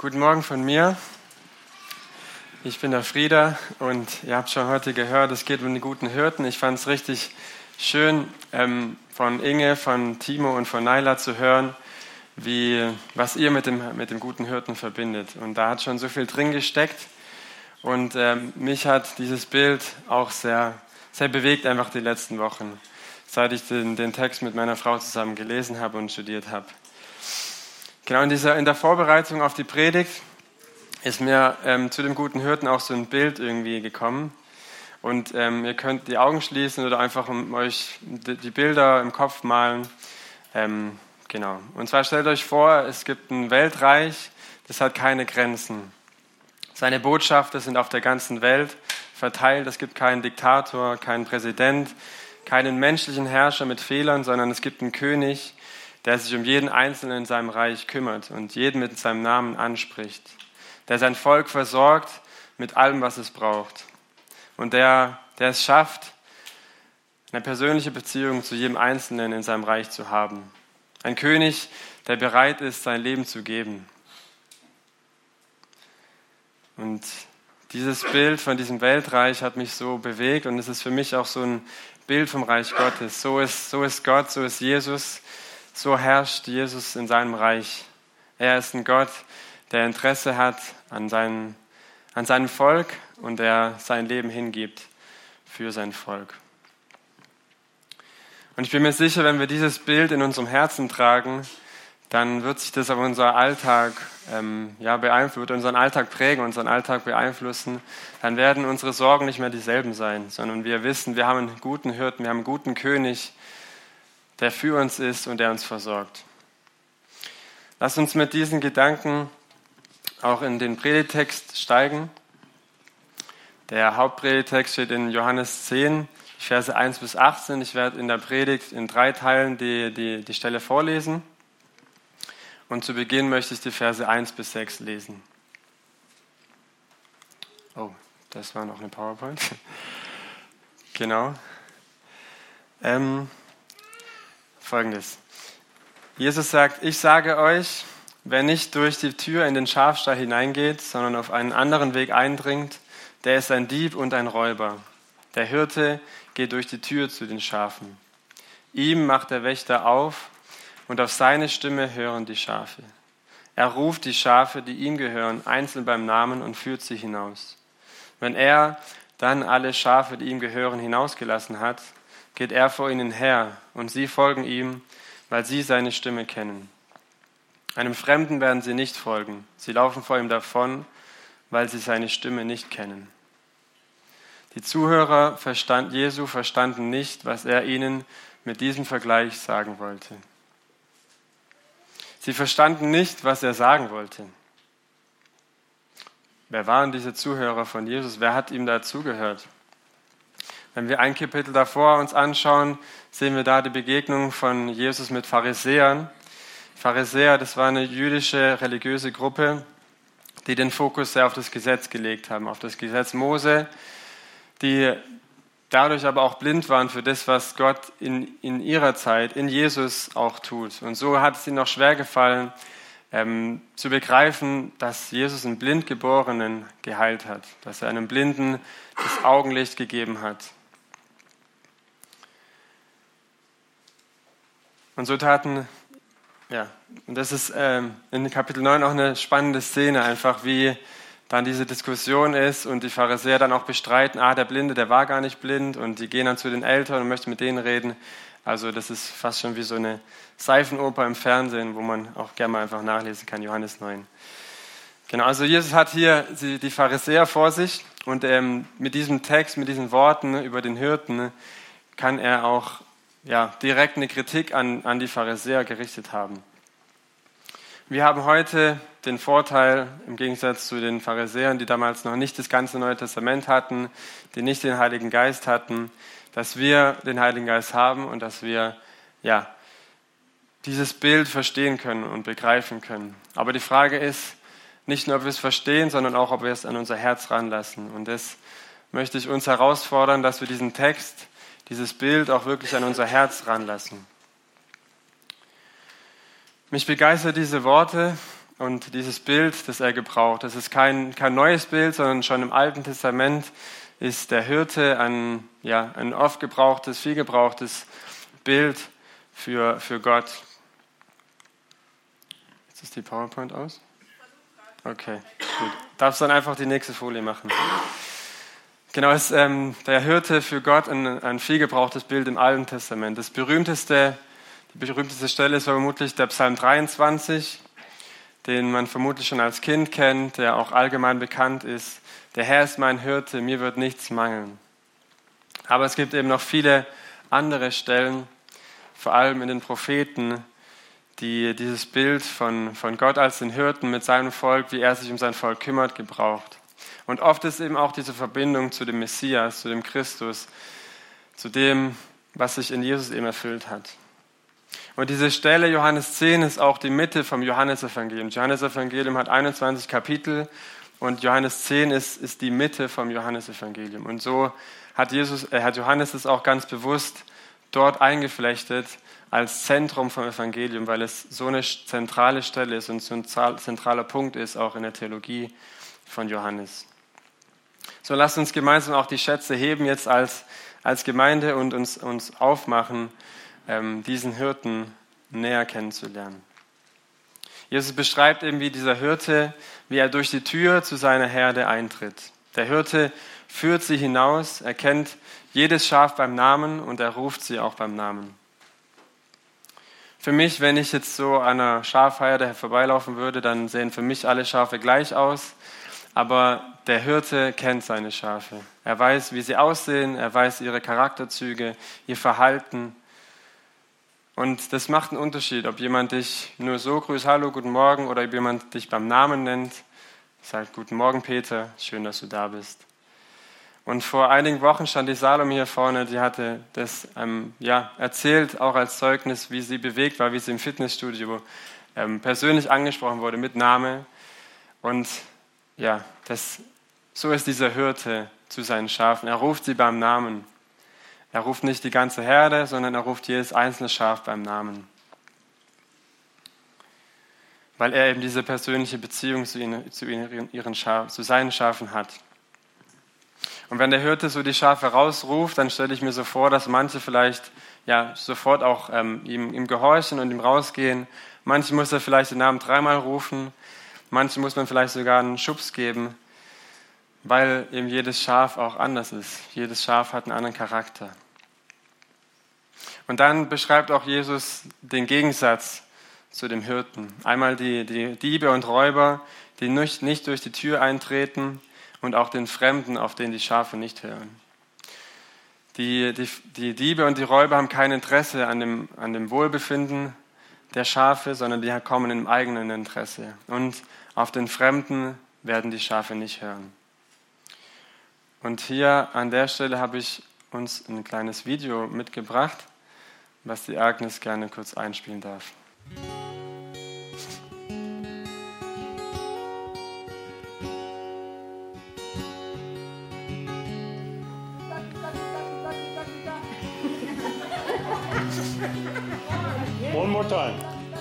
Guten Morgen von mir. Ich bin der Frieder und ihr habt schon heute gehört, es geht um die guten Hirten. Ich fand es richtig schön, von Inge, von Timo und von Naila zu hören, was ihr mit dem guten Hirten verbindet. Und da hat schon so viel drin gesteckt. Und mich hat dieses Bild auch sehr, sehr bewegt, einfach die letzten Wochen, seit ich den Text mit meiner Frau zusammen gelesen habe und studiert habe. Genau, in der Vorbereitung auf die Predigt ist mir zu dem guten Hirten auch so ein Bild irgendwie gekommen. Und ihr könnt die Augen schließen oder einfach euch die Bilder im Kopf malen. Genau. Und zwar stellt euch vor, es gibt ein Weltreich, das hat keine Grenzen. Seine Botschafter sind auf der ganzen Welt verteilt. Es gibt keinen Diktator, keinen Präsident, keinen menschlichen Herrscher mit Fehlern, sondern es gibt einen König, der sich um jeden Einzelnen in seinem Reich kümmert und jeden mit seinem Namen anspricht, der sein Volk versorgt mit allem, was es braucht und der es schafft, eine persönliche Beziehung zu jedem Einzelnen in seinem Reich zu haben. Ein König, der bereit ist, sein Leben zu geben. Und dieses Bild von diesem Weltreich hat mich so bewegt und es ist für mich auch so ein Bild vom Reich Gottes. So ist Gott, so ist Jesus. So herrscht Jesus in seinem Reich. Er ist ein Gott, der Interesse hat an seinem Volk und der sein Leben hingibt für sein Volk. Und ich bin mir sicher, wenn wir dieses Bild in unserem Herzen tragen, dann wird sich das auf unseren Alltag beeinflussen, unseren Alltag prägen, unseren Alltag beeinflussen. Dann werden unsere Sorgen nicht mehr dieselben sein, sondern wir wissen, wir haben einen guten Hirten, wir haben einen guten König, der für uns ist und der uns versorgt. Lasst uns mit diesen Gedanken auch in den Predigtext steigen. Der Hauptpredigtext steht in Johannes 10, Verse 1 bis 18. Ich werde in der Predigt in 3 Teilen die Stelle vorlesen. Und zu Beginn möchte ich die Verse 1 bis 6 lesen. Oh, das war noch eine PowerPoint. Genau. Folgendes. Jesus sagt, ich sage euch, wer nicht durch die Tür in den Schafstall hineingeht, sondern auf einen anderen Weg eindringt, der ist ein Dieb und ein Räuber. Der Hirte geht durch die Tür zu den Schafen. Ihm macht der Wächter auf und auf seine Stimme hören die Schafe. Er ruft die Schafe, die ihm gehören, einzeln beim Namen und führt sie hinaus. Wenn er dann alle Schafe, die ihm gehören, hinausgelassen hat, geht er vor ihnen her und sie folgen ihm, weil sie seine Stimme kennen. Einem Fremden werden sie nicht folgen. Sie laufen vor ihm davon, weil sie seine Stimme nicht kennen. Die Zuhörer Jesu verstanden nicht, was er ihnen mit diesem Vergleich sagen wollte. Sie verstanden nicht, was er sagen wollte. Wer waren diese Zuhörer von Jesus? Wer hat ihm da zugehört? Wenn wir ein Kapitel davor uns anschauen, sehen wir da die Begegnung von Jesus mit Pharisäern. Pharisäer, das war eine jüdische religiöse Gruppe, die den Fokus sehr auf das Gesetz gelegt haben, auf das Gesetz Mose, die dadurch aber auch blind waren für das, was Gott in ihrer Zeit, in Jesus auch tut. Und so hat es ihnen auch schwer gefallen, zu begreifen, dass Jesus einen Blindgeborenen geheilt hat, dass er einem Blinden das Augenlicht gegeben hat. Und so und das ist in Kapitel 9 auch eine spannende Szene, einfach wie dann diese Diskussion ist und die Pharisäer dann auch bestreiten, der Blinde, der war gar nicht blind und die gehen dann zu den Eltern und möchten mit denen reden. Also das ist fast schon wie so eine Seifenoper im Fernsehen, wo man auch gerne mal einfach nachlesen kann, Johannes 9. Genau, also Jesus hat hier die Pharisäer vor sich und mit diesem Text, mit diesen Worten über den Hirten kann er auch direkt eine Kritik an die Pharisäer gerichtet haben. Wir haben heute den Vorteil, im Gegensatz zu den Pharisäern, die damals noch nicht das ganze Neue Testament hatten, die nicht den Heiligen Geist hatten, dass wir den Heiligen Geist haben und dass wir dieses Bild verstehen können und begreifen können. Aber die Frage ist nicht nur, ob wir es verstehen, sondern auch, ob wir es an unser Herz ranlassen. Und das möchte ich uns herausfordern, dass wir diesen Text, dieses Bild auch wirklich an unser Herz ranlassen. Mich begeistert diese Worte und dieses Bild, das er gebraucht. Das ist kein neues Bild, sondern schon im Alten Testament ist der Hirte ein oft gebrauchtes, viel gebrauchtes Bild für Gott. Jetzt ist die PowerPoint aus? Okay, gut. Darfst dann einfach die nächste Folie machen. Genau, ist der Hirte für Gott ein viel gebrauchtes Bild im Alten Testament. Die berühmteste Stelle ist vermutlich der Psalm 23, den man vermutlich schon als Kind kennt, der auch allgemein bekannt ist. Der Herr ist mein Hirte, mir wird nichts mangeln. Aber es gibt eben noch viele andere Stellen, vor allem in den Propheten, die dieses Bild von Gott als den Hirten mit seinem Volk, wie er sich um sein Volk kümmert, gebraucht. Und oft ist eben auch diese Verbindung zu dem Messias, zu dem Christus, zu dem, was sich in Jesus eben erfüllt hat. Und diese Stelle, Johannes 10, ist auch die Mitte vom Johannesevangelium. Das Johannesevangelium hat 21 Kapitel und Johannes 10 ist die Mitte vom Johannesevangelium. Und so hat Johannes es auch ganz bewusst dort eingeflechtet als Zentrum vom Evangelium, weil es so eine zentrale Stelle ist und so ein zentraler Punkt ist, auch in der Theologie von Johannes. So, lasst uns gemeinsam auch die Schätze heben jetzt als Gemeinde und uns aufmachen, diesen Hirten näher kennenzulernen. Jesus beschreibt eben, wie dieser Hirte, wie er durch die Tür zu seiner Herde eintritt. Der Hirte führt sie hinaus, er kennt jedes Schaf beim Namen und er ruft sie auch beim Namen. Für mich, wenn ich jetzt so an einer Schafherde vorbeilaufen würde, dann sehen für mich alle Schafe gleich aus, aber der Hirte kennt seine Schafe. Er weiß, wie sie aussehen, er weiß ihre Charakterzüge, ihr Verhalten. Und das macht einen Unterschied, ob jemand dich nur so grüßt, hallo, guten Morgen, oder ob jemand dich beim Namen nennt, sagt, guten Morgen Peter, schön, dass du da bist. Und vor einigen Wochen stand die Salome hier vorne, die hatte das erzählt, auch als Zeugnis, wie sie bewegt war, wie sie im Fitnessstudio persönlich angesprochen wurde mit Name. Und ja, so ist dieser Hirte zu seinen Schafen. Er ruft sie beim Namen. Er ruft nicht die ganze Herde, sondern er ruft jedes einzelne Schaf beim Namen. Weil er eben diese persönliche Beziehung zu seinen Schafen hat. Und wenn der Hirte so die Schafe rausruft, dann stelle ich mir so vor, dass manche vielleicht sofort auch ihm gehorchen und ihm rausgehen. Manche muss er vielleicht den Namen 3-mal rufen. Manche muss man vielleicht sogar einen Schubs geben, weil eben jedes Schaf auch anders ist. Jedes Schaf hat einen anderen Charakter. Und dann beschreibt auch Jesus den Gegensatz zu dem Hirten. Einmal die Diebe und Räuber, die nicht durch die Tür eintreten, und auch den Fremden, auf den die Schafe nicht hören. Die Diebe und die Räuber haben kein Interesse an dem Wohlbefinden der Schafe, sondern die kommen im eigenen Interesse. Und auf den Fremden werden die Schafe nicht hören. Und hier an der Stelle habe ich uns ein kleines Video mitgebracht, was die Agnes gerne kurz einspielen darf. One more time.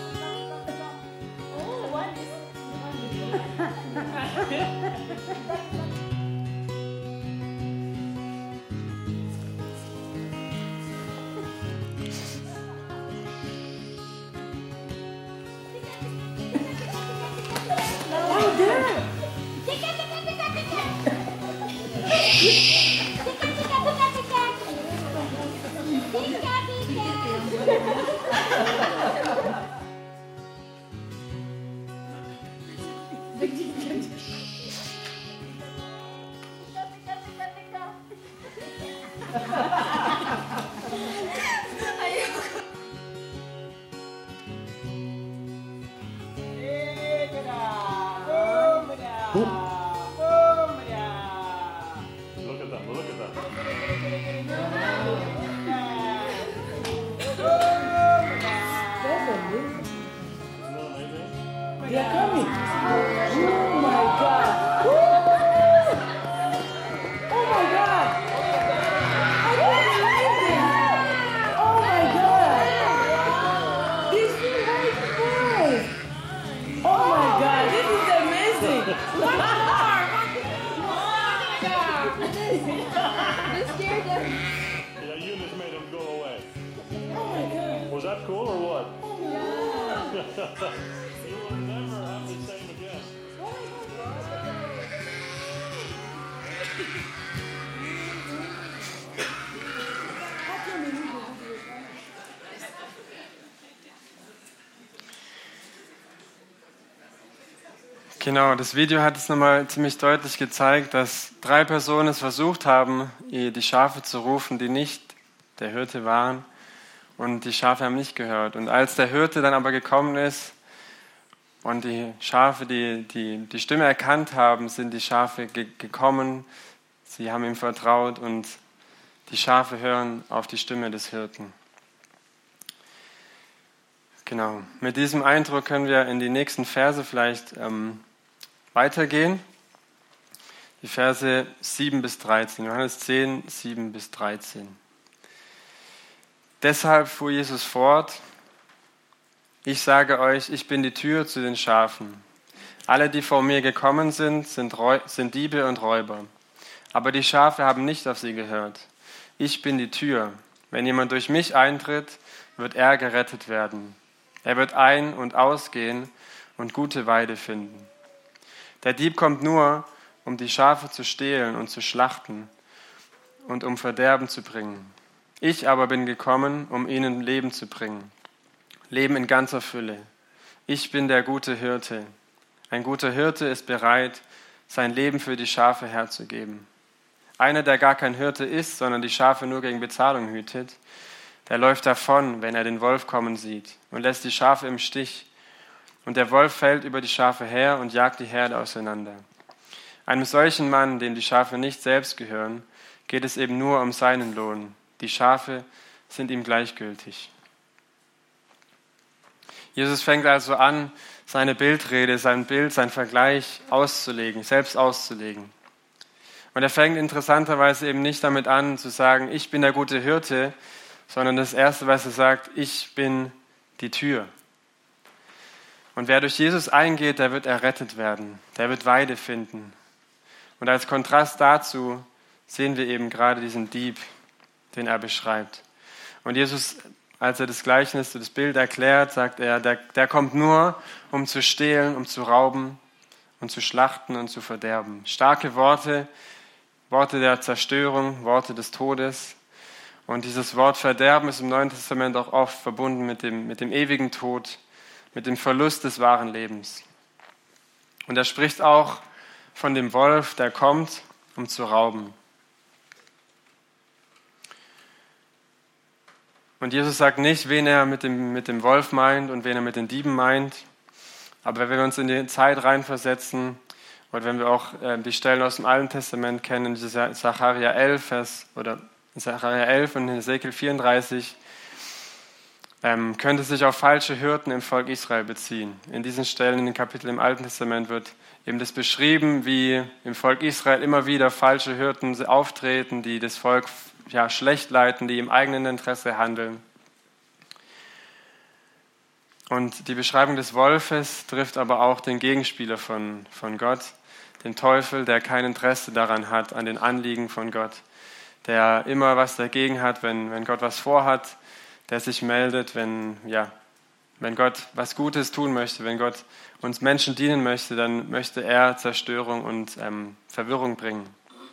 They're coming. Oh my God. Oh my God. I can't believe this. Oh my God. These two white boys. Oh my God. This scared them. Yeah, Eunice made him go away. Oh my God. Was that cool or what? Yeah. You will never have the same again. Genau, das Video hat es nochmal ziemlich deutlich gezeigt, dass 3 Personen es versucht haben, die Schafe zu rufen, die nicht der Hirte waren, und die Schafe haben nicht gehört. Und als der Hirte dann aber gekommen ist und die Schafe die Stimme erkannt haben, sind die Schafe gekommen, sie haben ihm vertraut und die Schafe hören auf die Stimme des Hirten. Genau, mit diesem Eindruck können wir in die nächsten Verse vielleicht weitergehen. Die Verse 7 bis 13, Johannes 10, 7 bis 13. Deshalb fuhr Jesus fort: Ich sage euch, ich bin die Tür zu den Schafen. Alle, die vor mir gekommen sind Diebe und Räuber. Aber die Schafe haben nicht auf sie gehört. Ich bin die Tür. Wenn jemand durch mich eintritt, wird er gerettet werden. Er wird ein- und ausgehen und gute Weide finden. Der Dieb kommt nur, um die Schafe zu stehlen und zu schlachten und um Verderben zu bringen. Ich aber bin gekommen, um ihnen Leben zu bringen. Leben in ganzer Fülle. Ich bin der gute Hirte. Ein guter Hirte ist bereit, sein Leben für die Schafe herzugeben. Einer, der gar kein Hirte ist, sondern die Schafe nur gegen Bezahlung hütet, der läuft davon, wenn er den Wolf kommen sieht, und lässt die Schafe im Stich. Und der Wolf fällt über die Schafe her und jagt die Herde auseinander. Einem solchen Mann, dem die Schafe nicht selbst gehören, geht es eben nur um seinen Lohn. Die Schafe sind ihm gleichgültig. Jesus fängt also an, seine Bildrede, sein Bild, sein Vergleich auszulegen, selbst auszulegen. Und er fängt interessanterweise eben nicht damit an, zu sagen, ich bin der gute Hirte, sondern das Erste, was er sagt, ich bin die Tür. Und wer durch Jesus eingeht, der wird errettet werden, der wird Weide finden. Und als Kontrast dazu sehen wir eben gerade diesen Dieb, den er beschreibt. Und Jesus, als er das Gleichnis, das Bild erklärt, sagt er, der kommt nur, um zu stehlen, um zu rauben und zu schlachten und zu verderben. Starke Worte, Worte der Zerstörung, Worte des Todes. Und dieses Wort Verderben ist im Neuen Testament auch oft verbunden mit dem ewigen Tod, mit dem Verlust des wahren Lebens. Und er spricht auch von dem Wolf, der kommt, um zu rauben. Und Jesus sagt nicht, wen er mit dem Wolf meint und wen er mit den Dieben meint. Aber wenn wir uns in die Zeit reinversetzen, oder wenn wir auch die Stellen aus dem Alten Testament kennen, Sacharja 11 und Hesekiel 34, könnte sich auf falsche Hirten im Volk Israel beziehen. In diesen Stellen, in den Kapiteln im Alten Testament wird eben das beschrieben, wie im Volk Israel immer wieder falsche Hirten auftreten, die das Volk schlecht leiten, die im eigenen Interesse handeln. Und die Beschreibung des Wolfes trifft aber auch den Gegenspieler von Gott, den Teufel, der kein Interesse daran hat, an den Anliegen von Gott, der immer was dagegen hat, wenn Gott was vorhat, der sich meldet, wenn Gott was Gutes tun möchte, wenn Gott uns Menschen dienen möchte, dann möchte er Zerstörung und Verwirrung bringen.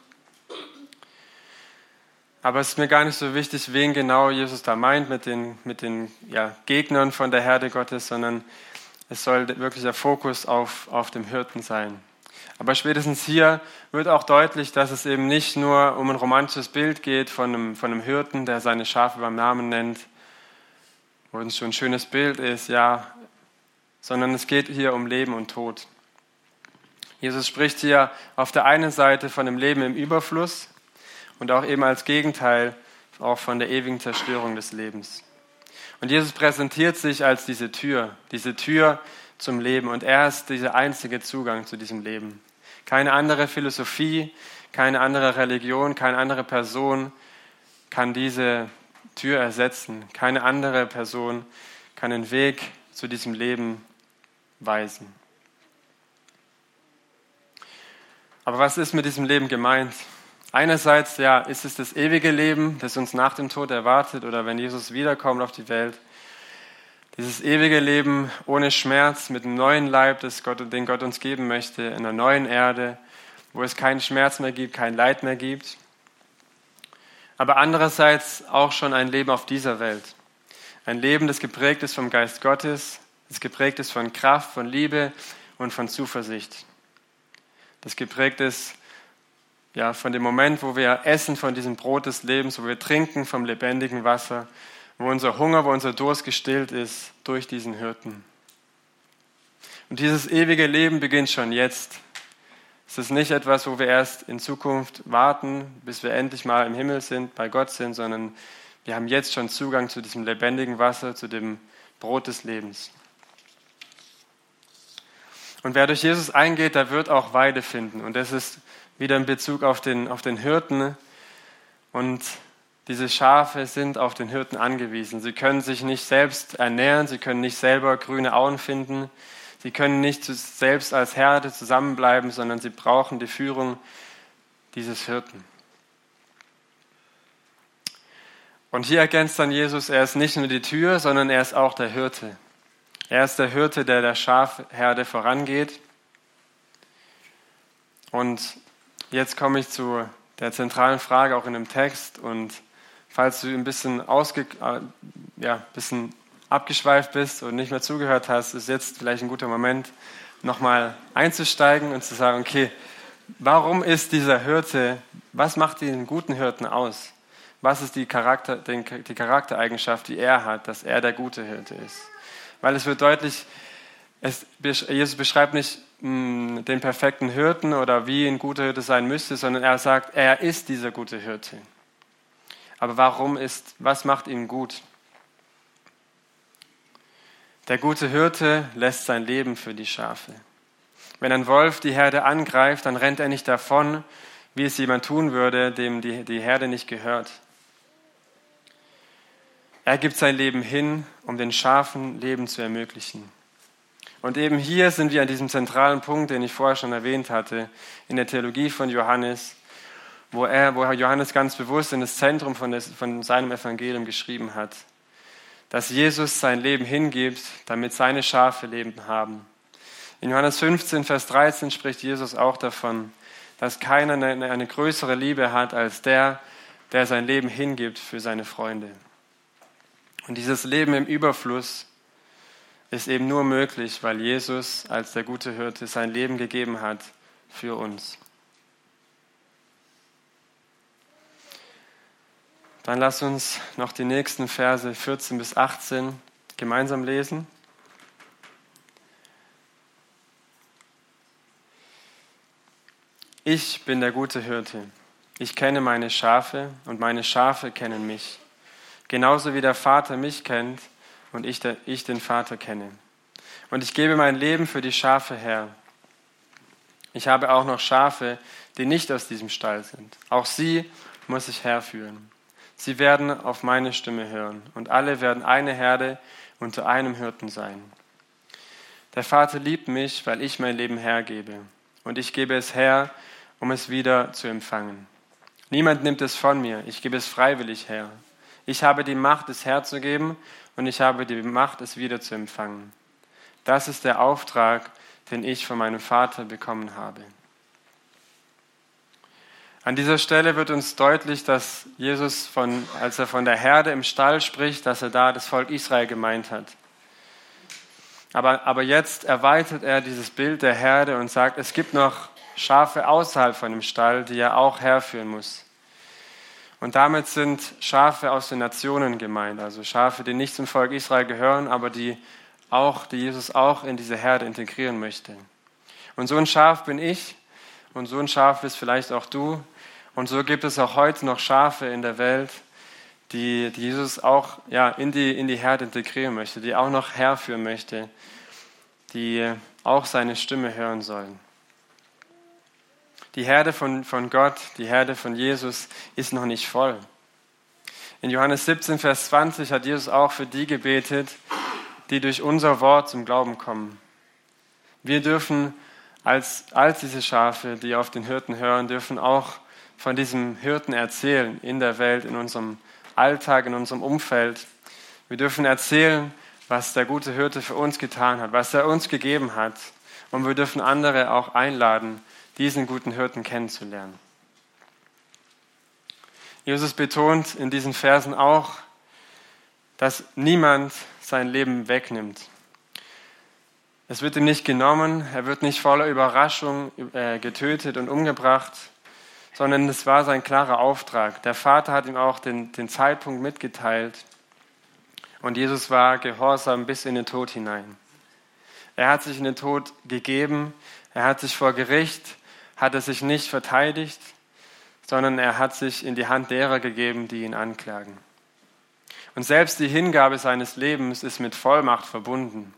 Aber es ist mir gar nicht so wichtig, wen genau Jesus da meint mit den Gegnern von der Herde Gottes, sondern es soll wirklich der Fokus auf dem Hirten sein. Aber spätestens hier wird auch deutlich, dass es eben nicht nur um ein romantisches Bild geht von einem Hirten, der seine Schafe beim Namen nennt, wo es schon ein schönes Bild ist, sondern es geht hier um Leben und Tod. Jesus spricht hier auf der einen Seite von dem Leben im Überfluss und auch eben als Gegenteil auch von der ewigen Zerstörung des Lebens. Und Jesus präsentiert sich als diese Tür zum Leben, und er ist dieser einzige Zugang zu diesem Leben. Keine andere Philosophie, keine andere Religion, keine andere Person kann diese Tür ersetzen. Keine andere Person kann den Weg zu diesem Leben weisen. Aber was ist mit diesem Leben gemeint? Einerseits, ja, ist es das ewige Leben, das uns nach dem Tod erwartet oder wenn Jesus wiederkommt auf die Welt. Dieses ewige Leben ohne Schmerz, mit einem neuen Leib, den Gott uns geben möchte, in einer neuen Erde, wo es keinen Schmerz mehr gibt, kein Leid mehr gibt. Aber andererseits auch schon ein Leben auf dieser Welt. Ein Leben, das geprägt ist vom Geist Gottes, das geprägt ist von Kraft, von Liebe und von Zuversicht. Das geprägt ist ja, von dem Moment, wo wir essen von diesem Brot des Lebens, wo wir trinken vom lebendigen Wasser, wo unser Hunger, wo unser Durst gestillt ist durch diesen Hirten. Und dieses ewige Leben beginnt schon jetzt. Es ist nicht etwas, wo wir erst in Zukunft warten, bis wir endlich mal im Himmel sind, bei Gott sind, sondern wir haben jetzt schon Zugang zu diesem lebendigen Wasser, zu dem Brot des Lebens. Und wer durch Jesus eingeht, der wird auch Weide finden. Und das ist wieder in Bezug auf den Hirten. Und diese Schafe sind auf den Hirten angewiesen. Sie können sich nicht selbst ernähren, sie können nicht selber grüne Auen finden, sie können nicht selbst als Herde zusammenbleiben, sondern sie brauchen die Führung dieses Hirten. Und hier ergänzt dann Jesus, er ist nicht nur die Tür, sondern er ist auch der Hirte. Er ist der Hirte, der Schafherde vorangeht. Und jetzt komme ich zu der zentralen Frage auch in dem Text. Und falls du ein bisschen abgeschweift bist und nicht mehr zugehört hast, ist jetzt vielleicht ein guter Moment, nochmal einzusteigen und zu sagen, okay, warum ist dieser Hirte, was macht den guten Hirten aus? Was ist die Charaktereigenschaft, die er hat, dass er der gute Hirte ist? Weil es wird deutlich, Jesus beschreibt nicht den perfekten Hirten oder wie ein guter Hirte sein müsste, sondern er sagt, er ist dieser gute Hirte. Aber was macht ihn gut? Der gute Hirte lässt sein Leben für die Schafe. Wenn ein Wolf die Herde angreift, dann rennt er nicht davon, wie es jemand tun würde, dem die Herde nicht gehört. Er gibt sein Leben hin, um den Schafen Leben zu ermöglichen. Und eben hier sind wir an diesem zentralen Punkt, den ich vorher schon erwähnt hatte, in der Theologie von Johannes, wo Johannes ganz bewusst in das Zentrum von seinem Evangelium geschrieben hat, dass Jesus sein Leben hingibt, damit seine Schafe Leben haben. In Johannes 15, Vers 13 spricht Jesus auch davon, dass keiner eine größere Liebe hat als der sein Leben hingibt für seine Freunde. Und dieses Leben im Überfluss ist eben nur möglich, weil Jesus als der gute Hirte sein Leben gegeben hat für uns. Dann lass uns noch die nächsten Verse 14 bis 18 gemeinsam lesen. Ich bin der gute Hirte. Ich kenne meine Schafe und meine Schafe kennen mich. Genauso wie der Vater mich kennt und ich den Vater kenne. Und ich gebe mein Leben für die Schafe her. Ich habe auch noch Schafe, die nicht aus diesem Stall sind. Auch sie muss ich herführen. Sie werden auf meine Stimme hören und alle werden eine Herde unter einem Hirten sein. Der Vater liebt mich, weil ich mein Leben hergebe. Und ich gebe es her, um es wieder zu empfangen. Niemand nimmt es von mir, ich gebe es freiwillig her. Ich habe die Macht, es herzugeben und ich habe die Macht, es wieder zu empfangen. Das ist der Auftrag, den ich von meinem Vater bekommen habe. An dieser Stelle wird uns deutlich, dass Jesus, als er von der Herde im Stall spricht, dass er da das Volk Israel gemeint hat. Aber jetzt erweitert er dieses Bild der Herde und sagt, es gibt noch Schafe außerhalb von dem Stall, die er auch herführen muss. Und damit sind Schafe aus den Nationen gemeint, also Schafe, die nicht zum Volk Israel gehören, aber die Jesus auch in diese Herde integrieren möchte. Und so ein Schaf bin ich und so ein Schaf bist vielleicht auch du. Und so gibt es auch heute noch Schafe in der Welt, die Jesus auch in die Herde integrieren möchte, die auch noch herführen möchte, die auch seine Stimme hören sollen. Die Herde von Gott, die Herde von Jesus ist noch nicht voll. In Johannes 17, Vers 20 hat Jesus auch für die gebetet, die durch unser Wort zum Glauben kommen. Wir dürfen als diese Schafe, die auf den Hirten hören, dürfen auch von diesem Hirten erzählen in der Welt, in unserem Alltag, in unserem Umfeld. Wir dürfen erzählen, was der gute Hirte für uns getan hat, was er uns gegeben hat. Und wir dürfen andere auch einladen, diesen guten Hirten kennenzulernen. Jesus betont in diesen Versen auch, dass niemand sein Leben wegnimmt. Es wird ihm nicht genommen, er wird nicht voller Überraschung getötet und umgebracht, sondern es war sein klarer Auftrag. Der Vater hat ihm auch den Zeitpunkt mitgeteilt und Jesus war gehorsam bis in den Tod hinein. Er hat sich in den Tod gegeben, er hat sich vor Gericht, hat er sich nicht verteidigt, sondern er hat sich in die Hand derer gegeben, die ihn anklagen. Und selbst die Hingabe seines Lebens ist mit Vollmacht verbunden.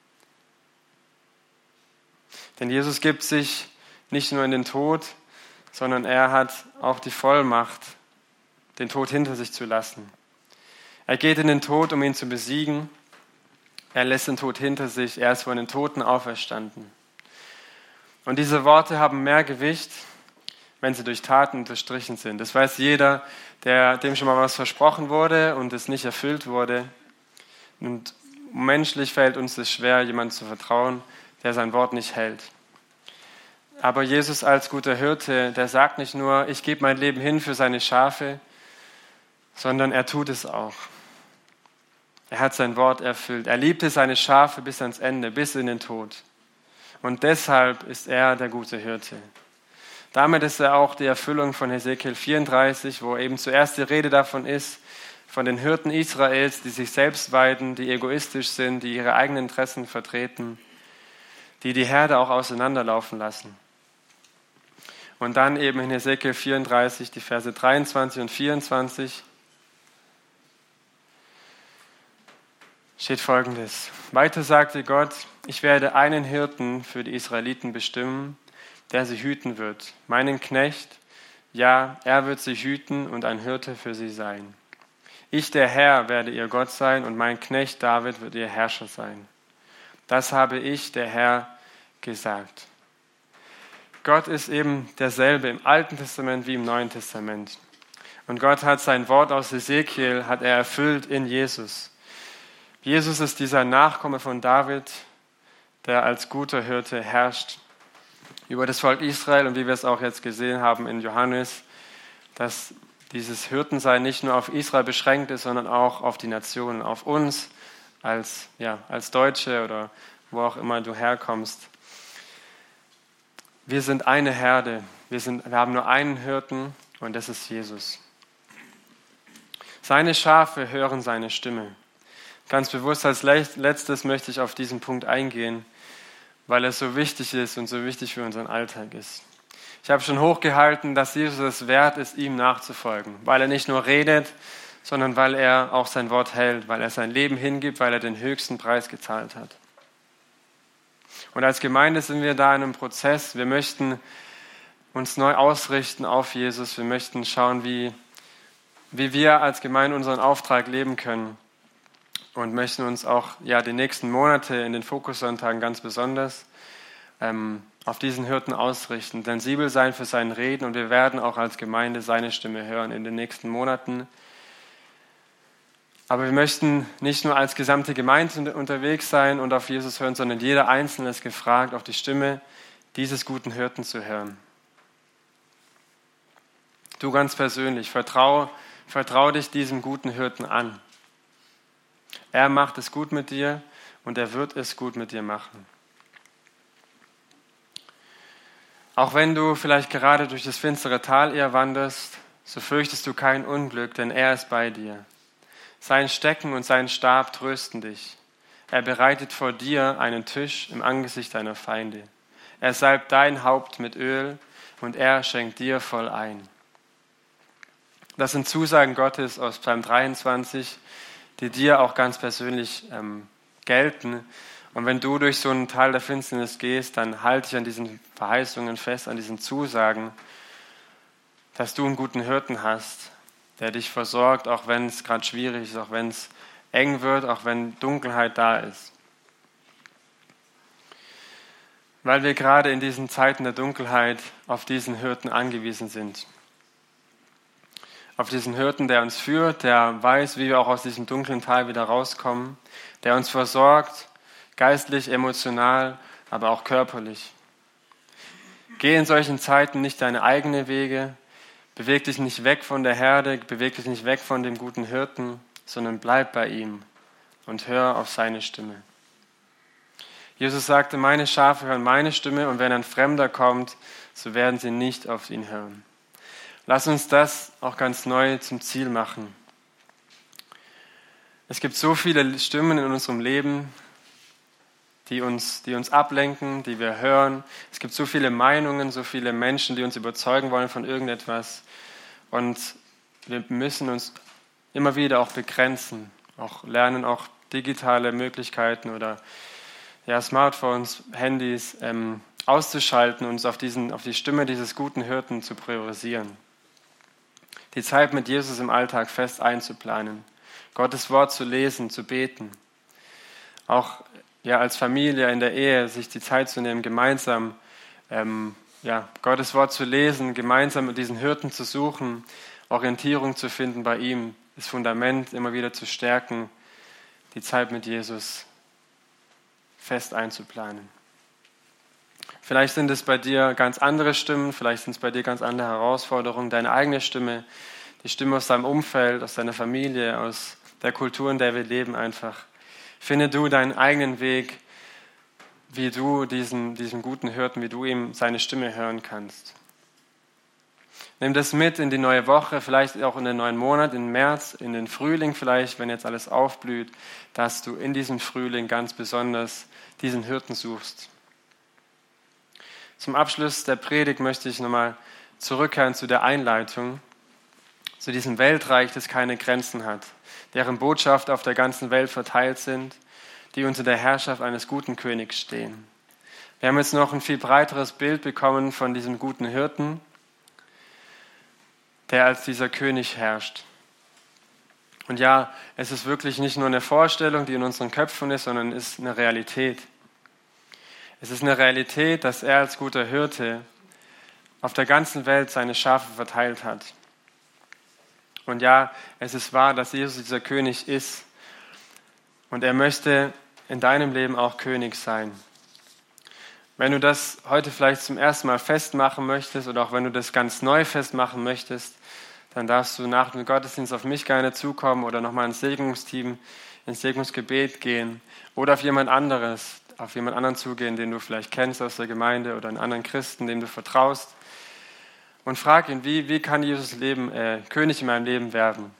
Denn Jesus gibt sich nicht nur in den Tod, sondern er hat auch die Vollmacht, den Tod hinter sich zu lassen. Er geht in den Tod, um ihn zu besiegen. Er lässt den Tod hinter sich. Er ist von den Toten auferstanden. Und diese Worte haben mehr Gewicht, wenn sie durch Taten unterstrichen sind. Das weiß jeder, dem schon mal was versprochen wurde und es nicht erfüllt wurde. Und menschlich fällt uns es schwer, jemandem zu vertrauen, der sein Wort nicht hält. Aber Jesus als guter Hirte, der sagt nicht nur, ich gebe mein Leben hin für seine Schafe, sondern er tut es auch. Er hat sein Wort erfüllt. Er liebte seine Schafe bis ans Ende, bis in den Tod. Und deshalb ist er der gute Hirte. Damit ist er auch die Erfüllung von Hesekiel 34, wo eben zuerst die Rede davon ist, von den Hirten Israels, die sich selbst weiden, die egoistisch sind, die ihre eigenen Interessen vertreten, die die Herde auch auseinanderlaufen lassen. Und dann eben in Hesekiel 34, die Verse 23 und 24, steht Folgendes. Weiter sagte Gott, ich werde einen Hirten für die Israeliten bestimmen, der sie hüten wird, meinen Knecht, ja, er wird sie hüten und ein Hirte für sie sein. Ich, der Herr, werde ihr Gott sein und mein Knecht David wird ihr Herrscher sein. Das habe ich, der Herr, gesagt. Gott ist eben derselbe im Alten Testament wie im Neuen Testament. Und Gott hat sein Wort aus Hesekiel, hat er erfüllt in Jesus. Jesus ist dieser Nachkomme von David, der als guter Hirte herrscht über das Volk Israel und wie wir es auch jetzt gesehen haben in Johannes, dass dieses Hirtensein nicht nur auf Israel beschränkt ist, sondern auch auf die Nationen, auf uns als Deutsche oder wo auch immer du herkommst. Wir sind eine Herde, wir haben nur einen Hirten und das ist Jesus. Seine Schafe hören seine Stimme. Ganz bewusst als letztes möchte ich auf diesen Punkt eingehen, weil es so wichtig ist und so wichtig für unseren Alltag ist. Ich habe schon hochgehalten, dass Jesus es wert ist, ihm nachzufolgen, weil er nicht nur redet, sondern weil er auch sein Wort hält, weil er sein Leben hingibt, weil er den höchsten Preis gezahlt hat. Und als Gemeinde sind wir da in einem Prozess. Wir möchten uns neu ausrichten auf Jesus. Wir möchten schauen, wie wir als Gemeinde unseren Auftrag leben können. Und möchten uns auch die nächsten Monate in den Fokussonntagen ganz besonders auf diesen Hirten ausrichten, sensibel sein für sein Reden und wir werden auch als Gemeinde seine Stimme hören in den nächsten Monaten. Aber wir möchten nicht nur als gesamte Gemeinde unterwegs sein und auf Jesus hören, sondern jeder Einzelne ist gefragt, auf die Stimme dieses guten Hirten zu hören. Du ganz persönlich, vertrau dich diesem guten Hirten an. Er macht es gut mit dir und er wird es gut mit dir machen. Auch wenn du vielleicht gerade durch das finstere Tal eher wanderst, so fürchtest du kein Unglück, denn er ist bei dir. Sein Stecken und sein Stab trösten dich. Er bereitet vor dir einen Tisch im Angesicht deiner Feinde. Er salbt dein Haupt mit Öl und er schenkt dir voll ein. Das sind Zusagen Gottes aus Psalm 23, die dir auch ganz persönlich gelten. Und wenn du durch so einen Tal der Finsternis gehst, dann halte dich an diesen Verheißungen fest, an diesen Zusagen, dass du einen guten Hirten hast, der dich versorgt, auch wenn es gerade schwierig ist, auch wenn es eng wird, auch wenn Dunkelheit da ist. weil wir gerade in diesen Zeiten der Dunkelheit auf diesen Hirten angewiesen sind. Auf diesen Hirten, der uns führt, der weiß, wie wir auch aus diesem dunklen Tal wieder rauskommen, der uns versorgt, geistlich, emotional, aber auch körperlich. Geh in solchen Zeiten nicht deine eigenen Wege, beweg dich nicht weg von der Herde, beweg dich nicht weg von dem guten Hirten, sondern bleib bei ihm und hör auf seine Stimme. Jesus sagte, meine Schafe hören meine Stimme und wenn ein Fremder kommt, so werden sie nicht auf ihn hören. Lass uns das auch ganz neu zum Ziel machen. Es gibt so viele Stimmen in unserem Leben, die uns ablenken, die wir hören. Es gibt so viele Meinungen, so viele Menschen, die uns überzeugen wollen von irgendetwas. Und wir müssen uns immer wieder auch begrenzen, auch lernen, auch digitale Möglichkeiten oder Smartphones, Handys auszuschalten und uns auf die Stimme dieses guten Hirten zu priorisieren. Die Zeit mit Jesus im Alltag fest einzuplanen, Gottes Wort zu lesen, zu beten. Auch als Familie in der Ehe sich die Zeit zu nehmen, gemeinsam Gottes Wort zu lesen, gemeinsam mit diesen Hirten zu suchen, Orientierung zu finden bei ihm, das Fundament immer wieder zu stärken, die Zeit mit Jesus fest einzuplanen. Vielleicht sind es bei dir ganz andere Stimmen, vielleicht sind es bei dir ganz andere Herausforderungen, deine eigene Stimme, die Stimme aus deinem Umfeld, aus deiner Familie, aus der Kultur, in der wir leben einfach. Finde du deinen eigenen Weg, wie du diesem guten Hirten, wie du ihm seine Stimme hören kannst. Nimm das mit in die neue Woche, vielleicht auch in den neuen Monat, in März, in den Frühling vielleicht, wenn jetzt alles aufblüht, dass du in diesem Frühling ganz besonders diesen Hirten suchst. Zum Abschluss der Predigt möchte ich nochmal zurückkehren zu der Einleitung, zu diesem Weltreich, das keine Grenzen hat, deren Botschaft auf der ganzen Welt verteilt sind, die unter der Herrschaft eines guten Königs stehen. Wir haben jetzt noch ein viel breiteres Bild bekommen von diesem guten Hirten, der als dieser König herrscht. Und ja, es ist wirklich nicht nur eine Vorstellung, die in unseren Köpfen ist, sondern es ist eine Realität. Es ist eine Realität, dass er als guter Hirte auf der ganzen Welt seine Schafe verteilt hat. Und ja, es ist wahr, dass Jesus dieser König ist. Und er möchte in deinem Leben auch König sein. Wenn du das heute vielleicht zum ersten Mal festmachen möchtest oder auch wenn du das ganz neu festmachen möchtest, dann darfst du nach dem Gottesdienst auf mich gerne zukommen oder nochmal ins Segnungsteam, ins Segnungsgebet gehen oder auf jemand anderen zugehen, den du vielleicht kennst aus der Gemeinde oder einen anderen Christen, dem du vertraust und frag ihn, wie kann Jesus König in meinem Leben werden?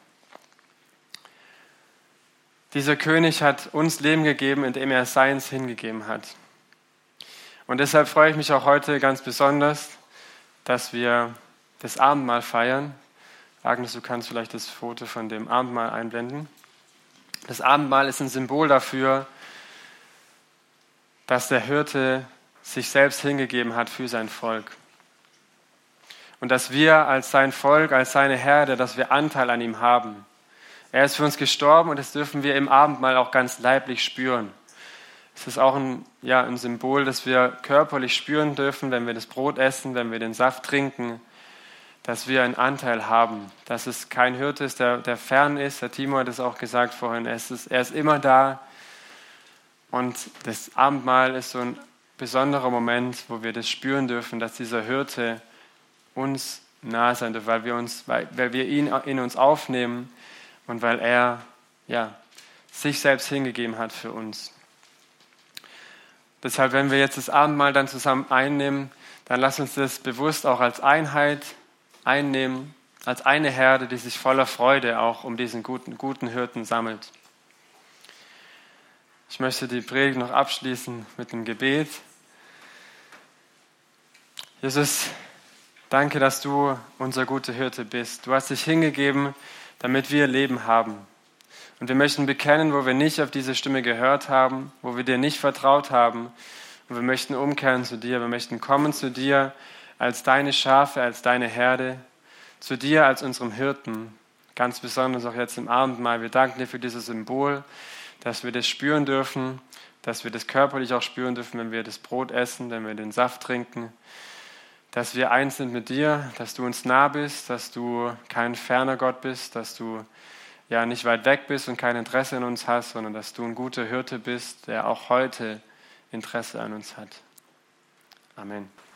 Dieser König hat uns Leben gegeben, indem er seins hingegeben hat. Und deshalb freue ich mich auch heute ganz besonders, dass wir das Abendmahl feiern. Agnes, du kannst vielleicht das Foto von dem Abendmahl einblenden. Das Abendmahl ist ein Symbol dafür, dass der Hirte sich selbst hingegeben hat für sein Volk. Und dass wir als sein Volk, als seine Herde, dass wir Anteil an ihm haben. Er ist für uns gestorben und das dürfen wir im Abendmahl auch ganz leiblich spüren. Es ist auch ein Symbol, das wir körperlich spüren dürfen, wenn wir das Brot essen, wenn wir den Saft trinken, dass wir einen Anteil haben, dass es kein Hirte ist, der fern ist. Der Timo hat es auch gesagt vorhin, er ist immer da. Und das Abendmahl ist so ein besonderer Moment, wo wir das spüren dürfen, dass dieser Hirte uns nahe sein dürfen, weil wir ihn in uns aufnehmen und weil er sich selbst hingegeben hat für uns. Deshalb, wenn wir jetzt das Abendmahl dann zusammen einnehmen, dann lass uns das bewusst auch als Einheit einnehmen, als eine Herde, die sich voller Freude auch um diesen guten Hirten sammelt. Ich möchte die Predigt noch abschließen mit einem Gebet. Jesus, danke, dass du unser guter Hirte bist. Du hast dich hingegeben, damit wir Leben haben. Und wir möchten bekennen, wo wir nicht auf diese Stimme gehört haben, wo wir dir nicht vertraut haben. Und wir möchten umkehren zu dir. Wir möchten kommen zu dir als deine Schafe, als deine Herde, zu dir als unserem Hirten. Ganz besonders auch jetzt im Abendmahl. Wir danken dir für dieses Symbol, dass wir das spüren dürfen, dass wir das körperlich auch spüren dürfen, wenn wir das Brot essen, wenn wir den Saft trinken, dass wir eins sind mit dir, dass du uns nah bist, dass du kein ferner Gott bist, dass du ja nicht weit weg bist und kein Interesse an uns hast, sondern dass du ein guter Hirte bist, der auch heute Interesse an uns hat. Amen.